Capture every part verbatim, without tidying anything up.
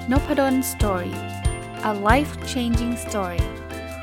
Nopadon Story. A life-changing story.ส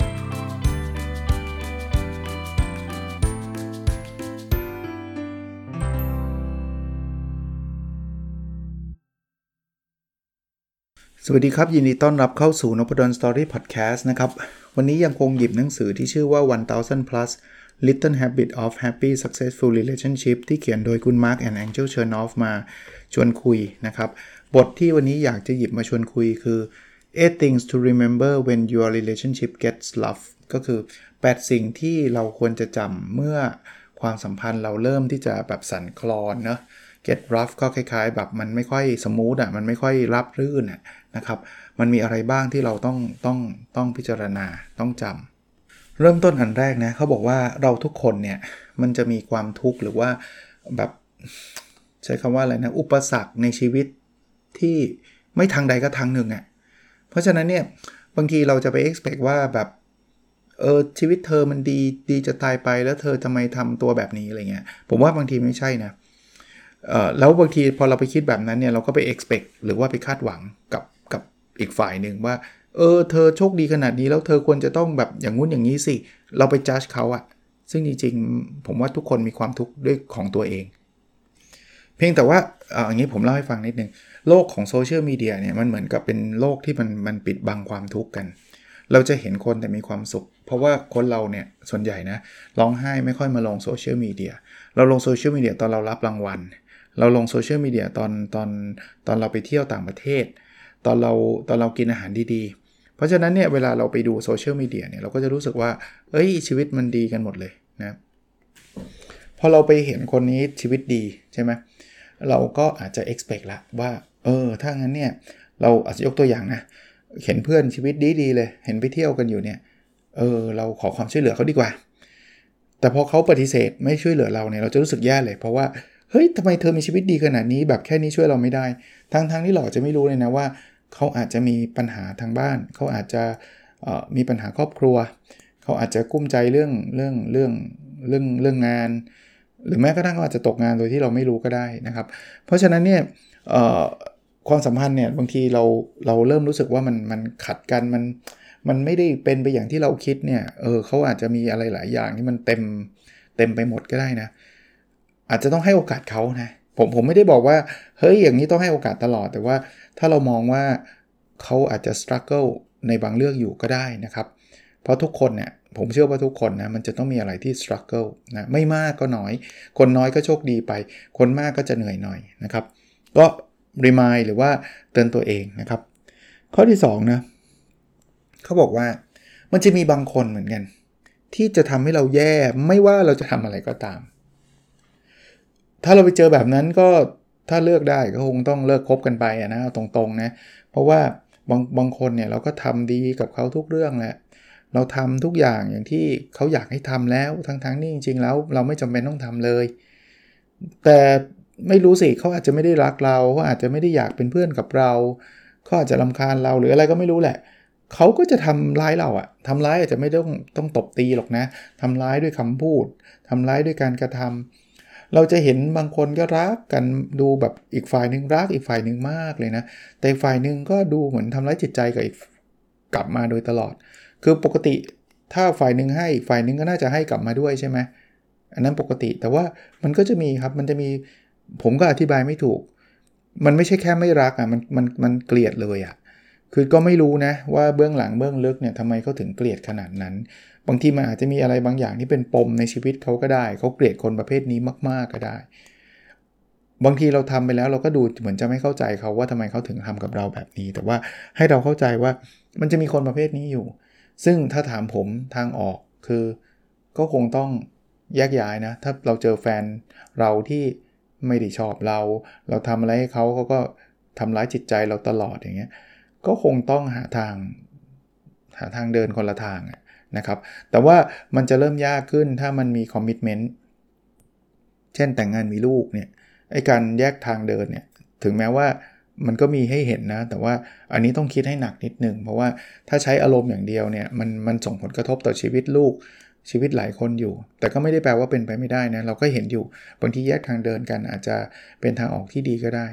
วัสดีครับยินดีต้อนรับเข้าสู่ Nopadon Story Podcast นะครับวันนี้ยังคงหยิบหนังสือที่ชื่อว่า one thousand plus Little Habits of Happy Successful Relationship ที่เขียนโดยคุณ Mark and Angel Chernoff มาชวนคุยนะครับบทที่วันนี้อยากจะหยิบมาชวนคุยคือ eight things to remember when your relationship gets rough ก็คือแปดสิ่งที่เราควรจะจำเมื่อความสัมพันธ์เราเริ่มที่จะแบบสั่นคลอนเนาะ get rough ก็คล้ายๆแบบมันไม่ค่อยสมูทอ่ะมันไม่ค่อยราบรื่นอ่ะนะครับมันมีอะไรบ้างที่เราต้องต้องต้องพิจารณาต้องจำเริ่มต้นอันแรกนะเขาบอกว่าเราทุกคนเนี่ยมันจะมีความทุกข์หรือว่าแบบใช้คำว่าอะไรนะอุปสรรคในชีวิตที่ไม่ทางใดก็ทางหนึ่งอ่ะเพราะฉะนั้นเนี่ยบางทีเราจะไป expect ว่าแบบเออชีวิตเธอมันดีดีจะตายไปแล้วเธอทำไมทำตัวแบบนี้อะไรเงี้ยผมว่าบางทีไม่ใช่นะเอ่อแล้วบางทีพอเราไปคิดแบบนั้นเนี่ยเราก็ไป expect หรือว่าไปคาดหวังกับกับอีกฝ่ายนึงว่าเออเธอโชคดีขนาดนี้แล้วเธอควรจะต้องแบบอย่างงู้นอย่างนี้สิเราไป judge เขาอะซึ่งจริงๆผมว่าทุกคนมีความทุกข์ด้วยของตัวเองเพียงแต่ว่าเอ่ออย่างนี้ผมเล่าให้ฟังนิดนึงโลกของโซเชียลมีเดียเนี่ยมันเหมือนกับเป็นโลกที่มันมันปิดบังความทุกข์กันเราจะเห็นคนแต่มีความสุขเพราะว่าคนเราเนี่ยส่วนใหญ่นะร้องไห้ไม่ค่อยมาลงโซเชียลมีเดียเราลงโซเชียลมีเดียตอนเรารับรางวัลเราลงโซเชียลมีเดียตอนตอนตอนเราไปเที่ยวต่างประเทศตอนเราตอนเรากินอาหารดีๆเพราะฉะนั้นเนี่ยเวลาเราไปดูโซเชียลมีเดียเนี่ยเราก็จะรู้สึกว่าเอ้ยชีวิตมันดีกันหมดเลยนะพอเราไปเห็นคนนี้ชีวิตดีใช่ไหมเราก็อาจจะ expect ละว่าเออถ้างั้นเนี่ยเราอาจจะยกตัวอย่างนะเห็นเพื่อนชีวิตดีๆเลยเห็นไปเที่ยวกันอยู่เนี่ยเออเราขอความช่วยเหลือเขาดีกว่าแต่พอเขาปฏิเสธไม่ช่วยเหลือเราเนี่ยเราจะรู้สึกแย่เลยเพราะว่าเฮ้ยทำไมเธอมีชีวิตดีขนาดนี้แบบแค่นี้ช่วยเราไม่ได้ทั้งๆที่เราจะไม่รู้เลยนะว่าเขาอาจจะมีปัญหาทางบ้านเขาอาจจะเอ่อมีปัญหาครอบครัวเขาอาจจะกุ้มใจเรื่องเรื่องเรื่องเรื่องเรื่องงานหรือแม้กระทั่งเขาอาจจะตกงานโดยที่เราไม่รู้ก็ได้นะครับเพราะฉะนั้นเนี่ยเอ่อความสัมพันธ์เนี่ยบางทีเราเราเริ่มรู้สึกว่ามันมันขัดกันมันมันไม่ได้เป็นไปอย่างที่เราคิดเนี่ยเออเขาอาจจะมีอะไรหลายอย่างที่มันเต็มเต็มไปหมดก็ได้นะอาจจะต้องให้โอกาสเขานะผมผมไม่ได้บอกว่าเฮ้ยอย่างนี้ต้องให้โอกาสตลอดแต่ว่าถ้าเรามองว่าเขาอาจจะ struggle ในบางเรื่องอยู่ก็ได้นะครับเพราะทุกคนเนี่ยผมเชื่อว่าทุกคนนะมันจะต้องมีอะไรที่ struggle นะไม่มากก็น้อยคนน้อยก็โชคดีไปคนมากก็จะเหนื่อยหน่อยนะครับก็ remind หรือว่าเตือนตัวเองนะครับข้อที่สองนะเขาบอกว่ามันจะมีบางคนเหมือนกันที่จะทำให้เราแย่ไม่ว่าเราจะทำอะไรก็ตามถ้าเราไปเจอแบบนั้นก็ถ้าเลือกได้ก็คงต้องเลิกคบกันไปนะเอาตรงๆนะเพราะว่าบางบางคนเนี่ยเราก็ทำดีกับเขาทุกเรื่องแหละเราทำทุกอย่างอย่างที่เขาอยากให้ทำแล้วทั้งๆนี่จริงๆแล้วเราไม่จำเป็นต้องทำเลยแต่ไม่รู้สิเขาอาจจะไม่ได้รักเราเขาอาจจะไม่ได้อยากเป็นเพื่อนกับเราเขาอาจจะรำคาญเราหรืออะไรก็ไม่รู้แหละเขาก็จะทำร้ายเราอะทำร้ายอาจจะไม่ต้องต้องตบตีหรอกนะทำร้ายด้วยคำพูดทำร้ายด้วยการกระทำเราจะเห็นบางคนก็รักกันดูแบบอีกฝ่ายนึงรักอีกฝ่ายนึงมากเลยนะแต่ฝ่ายนึงก็ดูเหมือนทำร้ายจิตใจกับอีกกลับมาโดยตลอดคือปกติถ้าฝ่ายนึงให้อีกฝ่ายนึงก็น่าจะให้กลับมาด้วยใช่ไหมอันนั้นปกติแต่ว่ามันก็จะมีครับมันจะมีผมก็อธิบายไม่ถูกมันไม่ใช่แค่ไม่รักอ่ะมันมันมันเกลียดเลยอ่ะคือก็ไม่รู้นะว่าเบื้องหลังเบื้องลึกเนี่ยทำไมเขาถึงเกลียดขนาดนั้นบางทีมันอาจจะมีอะไรบางอย่างที่เป็นปมในชีวิตเขาก็ได้เขาเกลียดคนประเภทนี้มากๆก็ได้บางทีเราทำไปแล้วเราก็ดูเหมือนจะไม่เข้าใจเขาว่าทำไมเขาถึงทำกับเราแบบนี้แต่ว่าให้เราเข้าใจว่ามันจะมีคนประเภทนี้อยู่ซึ่งถ้าถามผมทางออกคือก็คงต้องแยกย้ายนะถ้าเราเจอแฟนเราที่ไม่ได้ชอบเราเราทำอะไรให้เขาเขาก็ทำร้ายจิตใจเราตลอดอย่างเงี้ยก็คงต้องหาทางหาทางเดินคนละทางนะครับแต่ว่ามันจะเริ่มยากขึ้นถ้ามันมีคอมมิตเมนต์เช่นแต่งงานมีลูกเนี่ยไอ้การแยกทางเดินเนี่ยถึงแม้ว่ามันก็มีให้เห็นนะแต่ว่าอันนี้ต้องคิดให้หนักนิดนึงเพราะว่าถ้าใช้อารมณ์อย่างเดียวเนี่ยมันมันส่งผลกระทบต่อชีวิตลูกชีวิตหลายคนอยู่แต่ก็ไม่ได้แปลว่าเป็นไปไม่ได้นะเราก็เห็นอยู่บางทีแยกทางเดินกันอาจจะเป็นทางออกที่ดีก็ได้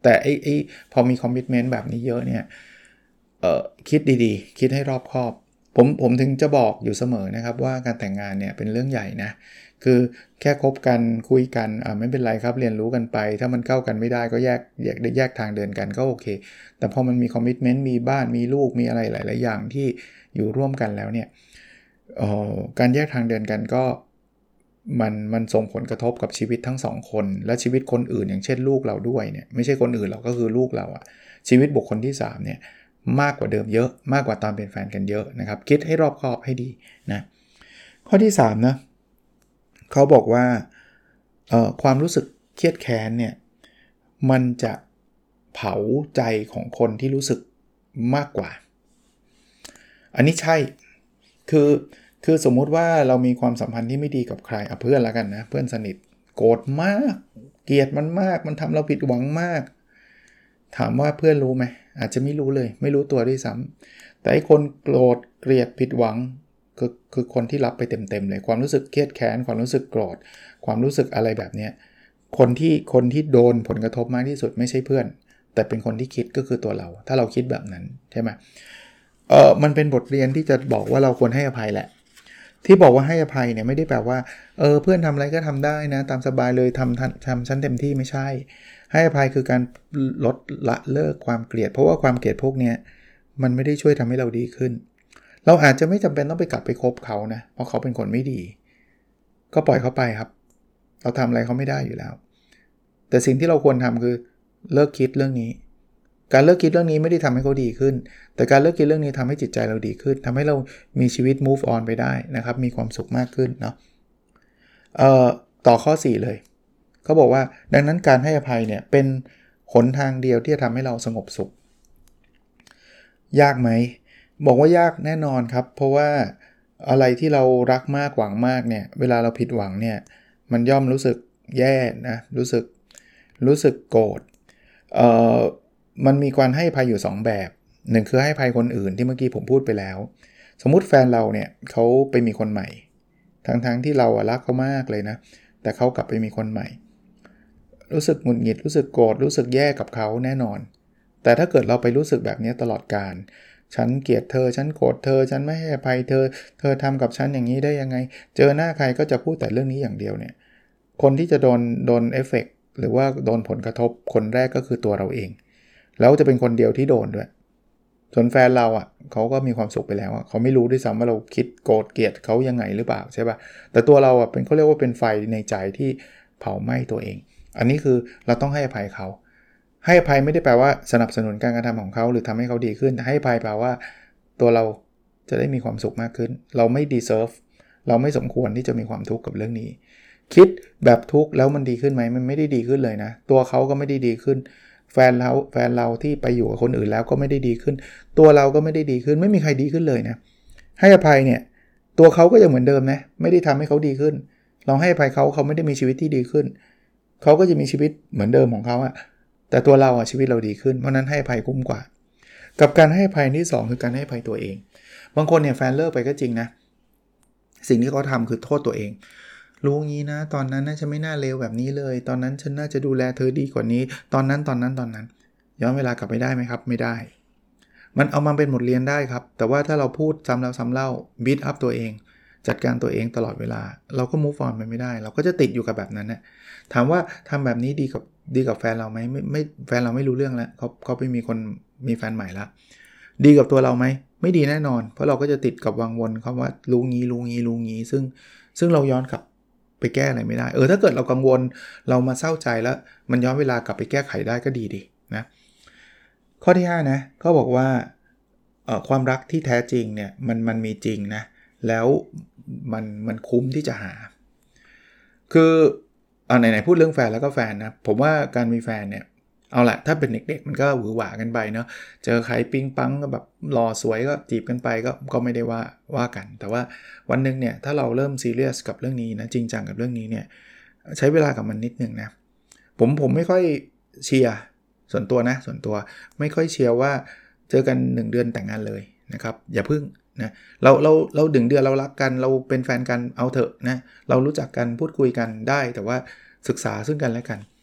แต่ไอ้ไอ้พอมีคอมมิตเมนต์แบบนี้เยอะเนี่ยเอ่อคิดดีๆคิดให้รอบคอบผมผมถึงจะบอกอยู่เสมอนะครับว่าการแต่งงานเนี่ยเป็นเรื่องใหญ่นะคือแค่คบกันคุยกันอ่าไม่เป็นไรครับเรียนรู้กันไปถ้ามันเข้ากันไม่ได้ก็แยกแยกแยกทางเดินกันก็โอเคแต่พอมันมีคอมมิตเมนต์มีบ้านมีลูกมีอะไรหลายๆอย่างที่อยู่ร่วมกันแล้วเนี่ยเอ่อการแยกทางเดินกันก็มันมันส่งผลกระทบกับชีวิตทั้งสองคนและชีวิตคนอื่นอย่างเช่นลูกเราด้วยเนี่ยไม่ใช่คนอื่นเราก็คือลูกเราอะชีวิตบุคคลที่สามเนี่ยมากกว่าเดิมเยอะมากกว่าตอนเป็นแฟนกันเยอะนะครับคิดให้รอบคอบให้ดีนะข้อที่สามนะเขาบอกว่าเอ่อความรู้สึกเครียดแค้นเนี่ยมันจะเผาใจของคนที่รู้สึกมากกว่าอันนี้ใช่คือคือสมมุติว่าเรามีความสัมพันธ์ที่ไม่ดีกับใครอ่ะเพื่อนละกันนะเพื่อนสนิทโกรธมากเกลียดมันมากมันทำเราผิดหวังมากถามว่าเพื่อนรู้ไหมอาจจะไม่รู้เลยไม่รู้ตัวด้วยซ้ำแต่ไอ้คนโกรธเกลียดผิดหวังคือคือคนที่รับไปเต็มๆเลยความรู้สึกเครียดแค้นความรู้สึกโกรธความรู้สึกอะไรแบบนี้คนที่คนที่โดนผลกระทบมากที่สุดไม่ใช่เพื่อนแต่เป็นคนที่คิดก็คือตัวเราถ้าเราคิดแบบนั้นใช่ไหมเออมันเป็นบทเรียนที่จะบอกว่าเราควรให้อภัยแหละที่บอกว่าให้อภัยเนี่ยไม่ได้แปลว่าเออเพื่อนทำอะไรก็ทำได้นะตามสบายเลยทำทำฉันเต็มที่ไม่ใช่ให้อภัยคือการลดละเลิกความเกลียดเพราะว่าความเกลียดพวกนี้มันไม่ได้ช่วยทำให้เราดีขึ้นเราอาจจะไม่จำเป็นต้องไปกลับไปคบเขานะเพราะเขาเป็นคนไม่ดีก็ปล่อยเขาไปครับเราทำอะไรเขาไม่ได้อยู่แล้วแต่สิ่งที่เราควรทำคือเลิกคิดเรื่องนี้การเลิกคิดเรื่องนี้ไม่ได้ทำให้เขาดีขึ้นแต่การเลิกคิดเรื่องนี้ทำให้จิตใจเราดีขึ้นทำให้เรามีชีวิต move on ไปได้นะครับมีความสุขมากขึ้นเนาะเอ่อต่อข้อสี่เลยเขาบอกว่าดังนั้นการให้อภัยเนี่ยเป็นหนทางเดียวที่จะทำให้เราสงบสุขยากไหมบอกว่ายากแน่นอนครับเพราะว่าอะไรที่เรารักมากหวังมากเนี่ยเวลาเราผิดหวังเนี่ยมันย่อมรู้สึกแย่นะรู้สึกรู้สึกโกรธเอ่อมันมีการให้อภัยอยู่สองแบบหนึ่งคือให้อภัยคนอื่นที่เมื่อกี้ผมพูดไปแล้วสมมุติแฟนเราเนี่ยเขาไปมีคนใหม่ทั้งๆ ท, ที่เรารักเขามากเลยนะแต่เขากลับไปมีคนใหม่รู้สึกหงุดหงิดรู้สึกโกรธรู้สึกแย่กับเขาแน่นอนแต่ถ้าเกิดเราไปรู้สึกแบบนี้ตลอดกาลฉันเกลียดเธอฉันโกรธเธอฉันไม่ให้อภัยเธอเธอทำกับฉันอย่างนี้ได้ยังไงเจอหน้าใครก็จะพูดแต่เรื่องนี้อย่างเดียวเนี่ยคนที่จะโดนโดนเอฟเฟกต์หรือว่าโดนผลกระทบคนแรกก็คือตัวเราเองแล้วจะเป็นคนเดียวที่โดนด้วยส่วนแฟนเราอ่ะเขาก็มีความสุขไปแล้วอ่ะเขาไม่รู้ด้วยซ้ำว่าเราคิดโกรธเกลียดเขายังไงหรือเปล่าใช่ป่ะแต่ตัวเราอ่ะเป็นเขาเรียกว่าเป็นไฟในใจที่เผาไหม้ตัวเองอันนี้คือเราต้องให้อภัยเขาให้อภัยไม่ได้แปลว่าสนับสนุนการกระทำของเขาหรือทำให้เขาดีขึ้นให้อภัยแปลว่าตัวเราจะได้มีความสุขมากขึ้นเราไม่ deserve เราไม่สมควรที่จะมีความทุกข์กับเรื่องนี้คิดแบบทุกข์แล้วมันดีขึ้นไหมมันไม่ได้ดีขึ้นเลยนะตัวเขาก็ไม่ได้ดีขึ้นแฟนเราแฟนเราที่ไปอยู่กับคนอื่นแล้วก็ไม่ได้ดีขึ้นตัวเราก็ไม่ได้ดีขึ้นไม่มีใครดีขึ้นเลยนะให้อภัยเนี่ยตัวเขาก็ยังเหมือนเดิมนะไม่ได้ทำให้เขาดีขึ้นเราให้อภัยเขาเขาไม่ได้มีชีวิตที่ดีขึ้นเขาก็จะมีชีวิตเหมือนเดิมของเขาอะแต่ตัวเราอะชีวิตเราดีขึ้นเพราะนั้นให้อภัยคุ้มกว่ากับการให้อภัยที่สองคือการให้อภัยตัวเองบางคนเนี่ยแฟนเลิกไปก็จริงนะสิ่งที่เขาทำคือโทษตัวเองรู้งี้นะตอนนั้นน่าจะไม่น่าเลวแบบนี้เลยตอนนั้นฉันน่าจะดูแลเธอดีกว่านี้ตอนนั้นตอนนั้นตอนนั้นย้อนเวลากลับไปได้ไหมครับไม่ได้มันเอามาเป็นบทเรียนได้ครับแต่ว่าถ้าเราพูดซ้ำแล้วซ้ำเล่าบีทอัพตัวเองจัดการตัวเองตลอดเวลาเราก็ move on ไปไม่ได้เราก็จะติดอยู่กับแบบนั้นนะถามว่าทำแบบนี้ดีกับดีกับแฟนเราไหมไม่ไม่แฟนเราไม่รู้เรื่องแล้วเขาเขาไปมีคนมีแฟนใหม่แล้วดีกับตัวเราไหมไม่ดีแน่นอนเพราะเราก็จะติดกับวังวนคำว่ารู้งี้รู้งี้รู้งี้ซึ่งซึ่งเราย้อนกลับไปแก้อะไรไม่ได้เออถ้าเกิดเรากังวลเรามาเศร้าใจแล้วมันย้อนเวลากลับไปแก้ไขได้ก็ดีดีนะข้อที่ห้านะเขาบอกว่าเอ่อความรักที่แท้จริงเนี่ยมันมันมีจริงนะแล้วมันมันคุ้มที่จะหาคืออ่าไหนๆพูดเรื่องแฟนแล้วก็แฟนนะผมว่าการมีแฟนเนี่ยเอาละถ้าเป็นเด็กๆมันก็หวือหวากันไปเนาะเจอใครปิ๊งปังก็แบบหล่อสวยก็จีบกันไปก็ก็ไม่ได้ว่าว่ากันแต่ว่าวันนึงเนี่ยถ้าเราเริ่มซีเรียสกับเรื่องนี้นะจริงจังกับเรื่องนี้เนี่ยใช้เวลากับมันนิดนึงนะผมผมไม่ค่อยเชียร์ส่วนตัวนะส่วนตัวไม่ค่อยเชียร์ว่าเจอกันหนึ่งเดือนแต่งงานเลยนะครับอย่าพึ่งนะเราเราเราดึงเดือนเรารักกันเราเป็นแฟนกันเอาเถอะนะเรารู้จักกันพูดคุยกันได้แต่ว่าศึกษาซึ่งกันและกัน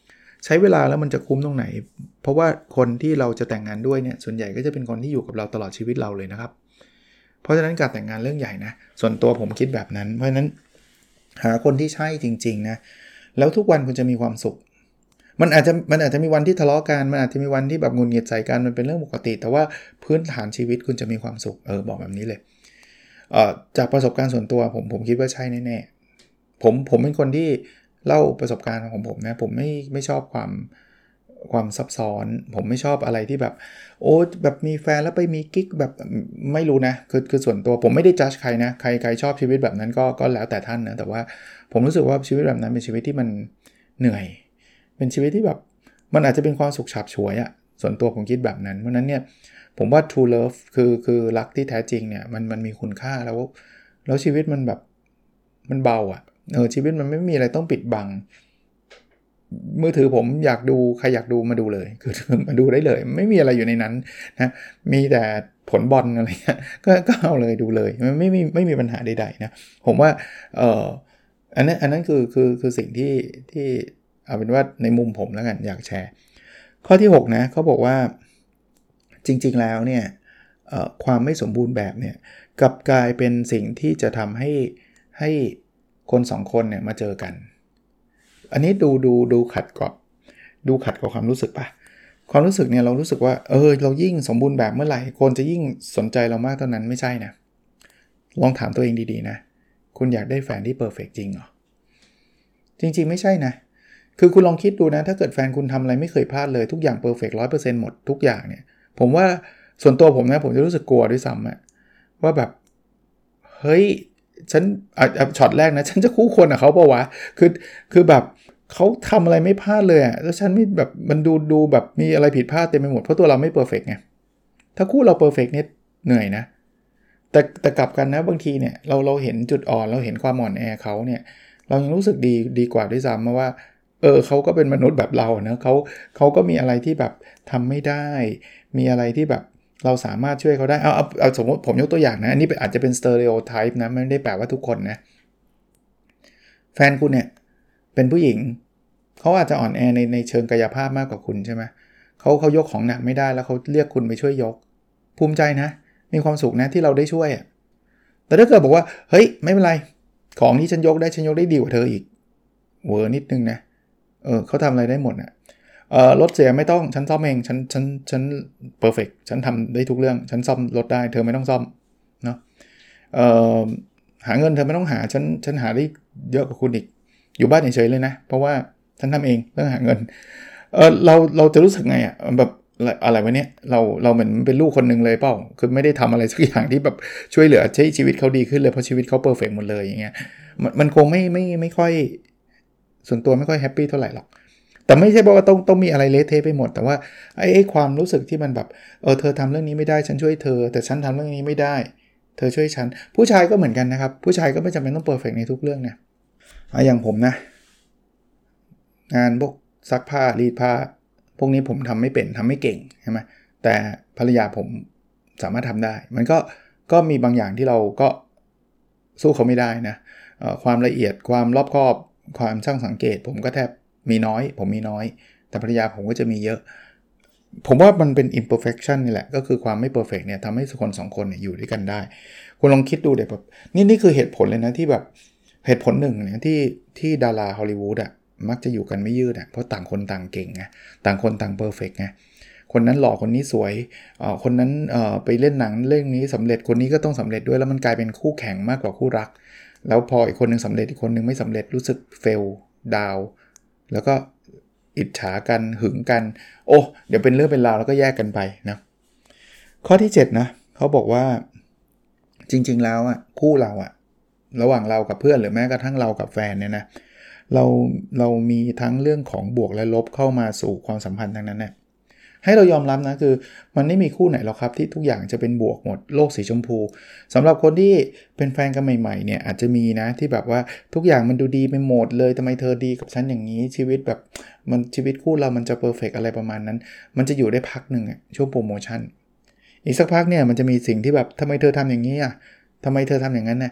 ใช้เวลาแล้วมันจะคุ้มตรงไหนเพราะว่าคนที่เราจะแต่งงานด้วยเนี่ยส่วนใหญ่ก็จะเป็นคนที่อยู่กับเราตลอดชีวิตเราเลยนะครับเพราะฉะนั้นการแต่งงานเรื่องใหญ่นะส่วนตัวผมคิดแบบนั้นเพราะฉะนั้นหาคนที่ใช่จริงๆนะแล้วทุกวันคุณจะมีความสุขมันอาจจะมันอาจจะมีวันที่ทะเลาะกันมันอาจจะมีวันที่แบบหงุดหงิดใส่กันมันเป็นเรื่องปกติแต่ว่าพื้นฐานชีวิตคุณจะมีความสุขเออบอกแบบนี้เลยเอ่อจากประสบการณ์ส่วนตัวผมผมคิดว่าใช่แน่ๆผมผมเป็นคนที่เล่าประสบการณ์ของผมนะผมไม่ไม่ชอบความความซับซ้อนผมไม่ชอบอะไรที่แบบโอ้แบบมีแฟนแล้วไปมีกิ๊กแบบไม่รู้นะคือคือส่วนตัวผมไม่ได้จัดใครนะใครใครชอบชีวิตแบบนั้นก็ก็แล้วแต่ท่านนะแต่ว่าผมรู้สึกว่าชีวิตแบบนั้นเป็นชีวิตที่มันเหนื่อยเป็นชีวิตที่แบบมันอาจจะเป็นความสุขฉับฉวยอะส่วนตัวผมคิดแบบนั้นเพราะนั้นเนี่ยผมว่า true love คือคือรักที่แท้จริงเนี่ยมันมันมีคุณค่าแล้วแล้วชีวิตมันแบบมันเบาอะเออชีวิตมันไม่มีอะไรต้องปิดบังมือถือผมอยากดูใครอยากดูมาดูเลยคือมาดูได้เลยไม่มีอะไรอยู่ในนั้นนะมีแต่ผลบอลอะไรเงี้ยก็ก็เอาเลยดูเลยมันไม่มีไม่มีปัญหาใดๆนะผมว่าเอ่ออันนั้นอันนั้นคือคือคือสิ่งที่ที่เอาเป็นว่าในมุมผมแล้วกันอยากแชร์ข้อที่หกนะเขาบอกว่าจริงๆแล้วเนี่ยเอ่อความไม่สมบูรณ์แบบเนี่ยกลับกลายเป็นสิ่งที่จะทำให้ให้คนสองคนเนี่ยมาเจอกันอันนี้ดูดูดูขัดกับดูขัดกับความรู้สึกป่ะความรู้สึกเนี่ยเรารู้สึกว่าเออเรายิ่งสมบูรณ์แบบเมื่อไหร่คนจะยิ่งสนใจเรามากเท่านั้นไม่ใช่นะลองถามตัวเองดีๆนะคุณอยากได้แฟนที่เพอร์เฟกต์จริงเหรอจริงๆไม่ใช่นะคือคุณลองคิดดูนะถ้าเกิดแฟนคุณทำอะไรไม่เคยพลาดเลยทุกอย่างเพอร์เฟกต์ ร้อยเปอร์เซ็นต์ หมดทุกอย่างเนี่ยผมว่าส่วนตัวผมนะผมจะรู้สึกกลัวด้วยซ้ำอะว่าแบบเฮ้ยฉันอ่ะช็อตแรกนะฉันจะคู่ควรกับเขาเปล่าวะคือคือแบบเขาทำอะไรไม่พลาดเลยอ่ะแล้วฉันไม่แบบมันดูดูแบบมีอะไรผิดพลาดเต็มไปหมดเพราะตัวเราไม่เพอร์เฟกต์ไงถ้าคู่เราเพอร์เฟกต์เนี่ยเหนื่อยนะแต่แต่กลับกันนะบางทีเนี่ยเราเราเห็นจุดอ่อนเราเห็นความอ่อนแอเขาเนี่ยเรายังรู้สึกดีดีกว่าด้วยซ้ำมาว่าเออเขาก็เป็นมนุษย์แบบเราเนะเขาเขาก็มีอะไรที่แบบทำไม่ได้มีอะไรที่แบบเราสามารถช่วยเขาได้เอาเอาเอาสมมติผมยกตัวอย่างนะอันนี้อาจจะเป็น stereotype นะไม่ได้แปลว่าทุกคนนะแฟนคุณเนี่ยเป็นผู้หญิงเขาอาจจะอ่อนแอในในเชิงกายภาพมากกว่าคุณใช่ไหมเขาเขายกของหนักไม่ได้แล้วเขาเรียกคุณไปช่วยยกภูมิใจนะมีความสุขนะที่เราได้ช่วยอะแต่ถ้าเกิดบอกว่าเฮ้ยไม่เป็นไรของที่ฉันยกได้ฉันยกได้ดีกว่าเธออีกเวอร์นิดนึงนะเออเขาทำอะไรได้หมดนะเออรถเสียไม่ต้องฉันซ่อมเองฉันฉันฉันเพอร์เฟกต์ฉันทำได้ทุกเรื่องฉันซ่อมรถได้เธอไม่ต้องซ่อมเนาะเออหาเงินเธอไม่ต้องหาฉันฉันหาได้เยอะกว่าคุณอีกอยู่บ้านเฉยๆเลยนะเพราะว่าฉันทำเองเรื่องหาเงินเออเราเราจะรู้สึกไงอ่ะแบบอะไรวะเนี่ยเราเราเหมือนเป็นลูกคนนึงเลยเปล่าคือไม่ได้ทำอะไรสักอย่างที่แบบช่วยเหลือให้ชีวิตเขาดีขึ้นเลยเพราะชีวิตเขาเพอร์เฟกต์หมดเลยอย่างเงี้ยมันมันคงไม่ไม่ไม่ค่อยส่วนตัวไม่ค่อยแฮปปี้เท่าไหร่หรอกแต่ไม่ใช่บอกว่าต้องต้องมีอะไรเละเทะไปหมดแต่ว่าไอ้ไอ้ความรู้สึกที่มันแบบเออเธอทำเรื่องนี้ไม่ได้ฉันช่วยเธอแต่ฉันทำเรื่องนี้ไม่ได้เธอช่วยฉันผู้ชายก็เหมือนกันนะครับผู้ชายก็ไม่จำเป็นต้องเพอร์เฟกต์ในทุกเรื่องนะอย่างผมนะงานพวกซักผ้ารีดผ้าพวกนี้ผมทำไม่เป็นทำไม่เก่งใช่ไหมแต่ภรรยาผมสามารถทำได้มันก็ก็มีบางอย่างที่เราก็สู้เขาไม่ได้นะความละเอียดความรอบคอบความช่างสังเกตผมก็แทบมีน้อยผมมีน้อยแต่ภรรยาผมก็จะมีเยอะผมว่ามันเป็น imperfection นี่แหละก็คือความไม่ perfect เนี่ยทำให้คนสองคนเนี่ยอยู่ด้วยกันได้คุณลองคิดดูเดี๋ยวแบบนี่นี่คือเหตุผลเลยนะที่แบบเหตุผลหนึ่งเนี่ยที่ที่ดาราฮอลลีวูดอ่ะมักจะอยู่กันไม่ยืดอ่ะเพราะต่างคนต่างเก่งไงต่างคนต่าง perfect ไงคนนั้นหล่อคนนี้สวยเอ่อคนนั้นเอ่อไปเล่นหนังเรื่องนี้สำเร็จคนนี้ก็ต้องสำเร็จด้วยแล้วมันกลายเป็นคู่แข่งมากกว่าคู่รักแล้วพออีกคนนึงสำเร็จอีกคนนึงไม่สำเร็จรู้สึกเฟลดาวแล้วก็อิจฉากันหึงกันโอ้เดี๋ยวเป็นเรื่องเป็นราวแล้วก็แยกกันไปนะข้อที่เจ็ดนะเขาบอกว่าจริงๆแล้วอ่ะคู่เราอ่ะระหว่างเรากับเพื่อนหรือแม้กระทั่งเรากับแฟนเนี่ยนะเราเรามีทั้งเรื่องของบวกและลบเข้ามาสู่ความสัมพันธ์ทั้งนั้นเนี่ยให้เรายอมรับนะคือมันไม่มีคู่ไหนหรอกครับที่ทุกอย่างจะเป็นบวกหมดโลกสีชมพูสำหรับคนที่เป็นแฟนกันใหม่ๆเนี่ยอาจจะมีนะที่แบบว่าทุกอย่างมันดูดีไปหมดเลยทำไมเธอดีกับฉันอย่างนี้ชีวิตแบบมันชีวิตคู่เรามันจะเพอร์เฟกต์อะไรประมาณนั้นมันจะอยู่ได้พักหนึ่งอะช่วงโปรโมชั่นอีกสักพักเนี่ยมันจะมีสิ่งที่แบบทำไมเธอทำอย่างนี้อ่ะทำไมเธอทำอย่างนั้นน่ะ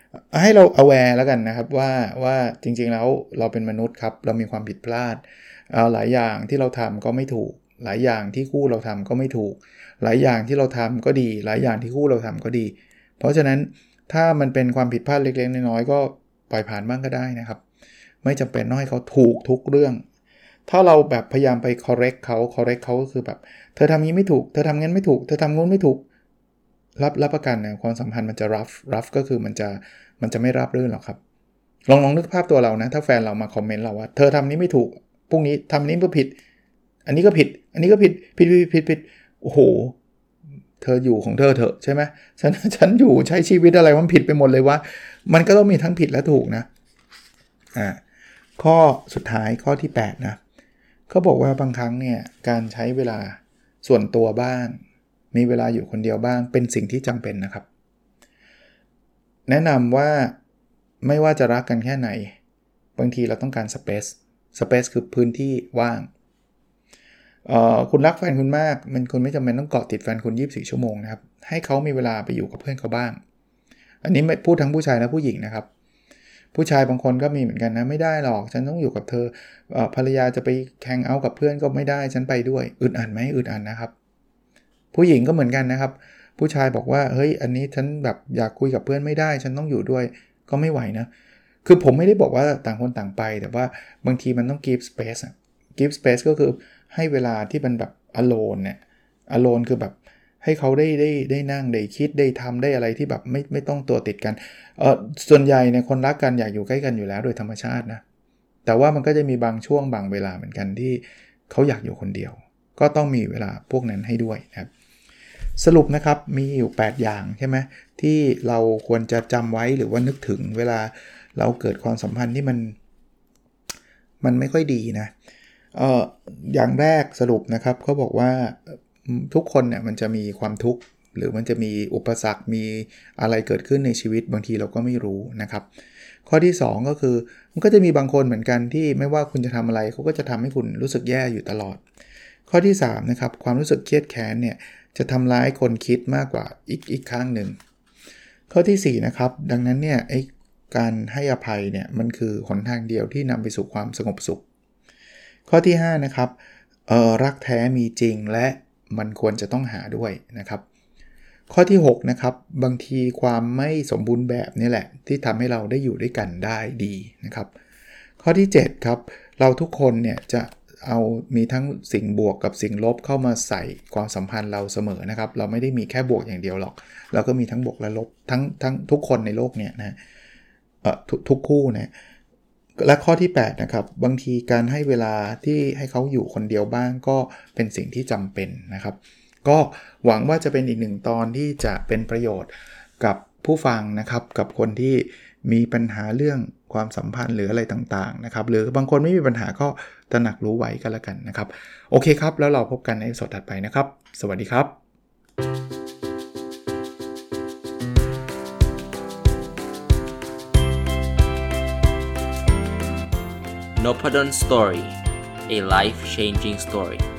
ให้เรา aware แล้วกันนะครับว่าว่าจริงๆแล้วเราเป็นมนุษย์ครับเรามีความผิดพลาดเอาหลายอย่างที่เราทำก็ไม่ถูกหลายอย่างที่คู่เราทำก็ไม่ถูกหลายอย่างที่เราทำก็ดีหลายอย่างที่คู่เราทำก็ดีเพราะฉะนั้นถ้ามันเป็นความผิดพลาดเล็กๆน้อยๆก็ปล่อยผ่านบ้างก็ได้นะครับไม่จำเป็นต้องให้เขาถูกทุกเรื่องถ้าเราแบบพยายามไป correct เขา correct เขาก็คือแบบเธอทำงี้ไม่ถูกเธอทำงั้นไม่ถูกเธอทำงั้นไม่ถูกรับรับประกันนะความสัมพันธ์มันจะ rough rough ก็คือมันจะมันจะไม่ราบรื่นหรอกครับลองลองนึกภาพตัวเรานะถ้าแฟนเรามาคอมเมนต์เราว่าเธอทำนี้ไม่ถูกพรุ่งนี้ทำนี้ก็ผิดอันนี้ก็ผิดอันนี้ก็ผิดผิดผิดผิดผิดโอ้โหเธออยู่ของเธอเถอะใช่ไหมฉันฉันอยู่ใช้ชีวิตอะไรมันผิดไปหมดเลยว่ามันก็ต้องมีทั้งผิดและถูกนะอ่าข้อสุดท้ายข้อที่แปดนะเขาบอกว่าบางครั้งเนี่ยการใช้เวลาส่วนตัวบ้างมีเวลาอยู่คนเดียวบ้างเป็นสิ่งที่จำเป็นนะครับแนะนำว่าไม่ว่าจะรักกันแค่ไหนบางทีเราต้องการสเปซสเปซคือพื้นที่ว่างเอ่อคุณรักแฟนคุณมากมันคุณไม่จำเป็นต้องเกาะติดแฟนคุณยี่สิบสี่ชั่วโมงนะครับให้เขามีเวลาไปอยู่กับเพื่อนเขาบ้างอันนี้ไม่พูดทั้งผู้ชายและผู้หญิงนะครับผู้ชายบางคนก็มีเหมือนกันนะไม่ได้หรอกฉันต้องอยู่กับเธอเอ่อภรรยาจะไปแฮงเอาท์กับเพื่อนก็ไม่ได้ฉันไปด้วยอึดอัดไหมอึดอัดนะครับผู้หญิงก็เหมือนกันนะครับผู้ชายบอกว่าเฮ้ยอันนี้ฉันแบบอยากคุยกับเพื่อนไม่ได้ฉันต้องอยู่ด้วยก็ไม่ไหวนะคือผมไม่ได้บอกว่าต่างคนต่างไปแต่ว่าบางทีมันต้อง give space อ่ะ give space ก็คือให้เวลาที่มันแบบ alone เนี่ย alone คือแบบให้เขาได้ได้ได้นั่งได้คิดได้ทำได้อะไรที่แบบไม่ไม่ต้องตัวติดกันเออส่วนใหญ่เนี่ยคนรักกันอยากอยู่ใกล้กันอยู่แล้วโดยธรรมชาตินะแต่ว่ามันก็จะมีบางช่วงบางเวลาเหมือนกันที่เขาอยากอยู่คนเดียวก็ต้องมีเวลาพวกนั้นให้ด้วยนะครับสรุปนะครับมีอยู่แปดอย่างใช่ไหมที่เราควรจะจำไว้หรือว่านึกถึงเวลาเราเกิดความสัมพันธ์ที่มันมันไม่ค่อยดีนะเอ่ออย่างแรกสรุปนะครับเขาบอกว่าทุกคนเนี่ยมันจะมีความทุกข์หรือมันจะมีอุปสรรคมีอะไรเกิดขึ้นในชีวิตบางทีเราก็ไม่รู้นะครับข้อที่สองก็คือมันก็จะมีบางคนเหมือนกันที่ไม่ว่าคุณจะทำอะไรเขาก็จะทำให้คุณรู้สึกแย่อยู่ตลอดข้อที่สามนะครับความรู้สึกเครียดแค้นเนี่ยจะทำร้ายคนคิดมากกว่าอีกอีกข้างหนึ่งข้อที่สี่นะครับดังนั้นเนี่ยไอ้การให้อภัยเนี่ยมันคือหนทางเดียวที่นำไปสู่ความสงบสุขข้อที่ห้านะครับเอ่อรักแท้มีจริงและมันควรจะต้องหาด้วยนะครับข้อที่หกนะครับบางทีความไม่สมบูรณ์แบบนี่แหละที่ทำให้เราได้อยู่ด้วยกันได้ดีนะครับข้อที่เจ็ดครับเราทุกคนเนี่ยจะเอามีทั้งสิ่งบวกกับสิ่งลบเข้ามาใส่ความสัมพันธ์เราเสมอนะครับเราไม่ได้มีแค่บวกอย่างเดียวหรอกเราก็มีทั้งบวกและลบทั้งทั้งทุกคนในโลกเนี่ยนะเอ่อทุกทุกคู่นะและข้อที่แปดนะครับบางทีการให้เวลาที่ให้เขาอยู่คนเดียวบ้างก็เป็นสิ่งที่จำเป็นนะครับก็หวังว่าจะเป็นอีกหนึ่งตอนที่จะเป็นประโยชน์กับผู้ฟังนะครับกับคนที่มีปัญหาเรื่องความสัมพันธ์หรืออะไรต่างๆนะครับหรือบางคนไม่มีปัญหาก็ตระหนักรู้ไว้ก็แล้วกันนะครับโอเคครับแล้วเราพบกันในสดถัดไปนะครับสวัสดีครับ Nopadon Story, a life-changing story.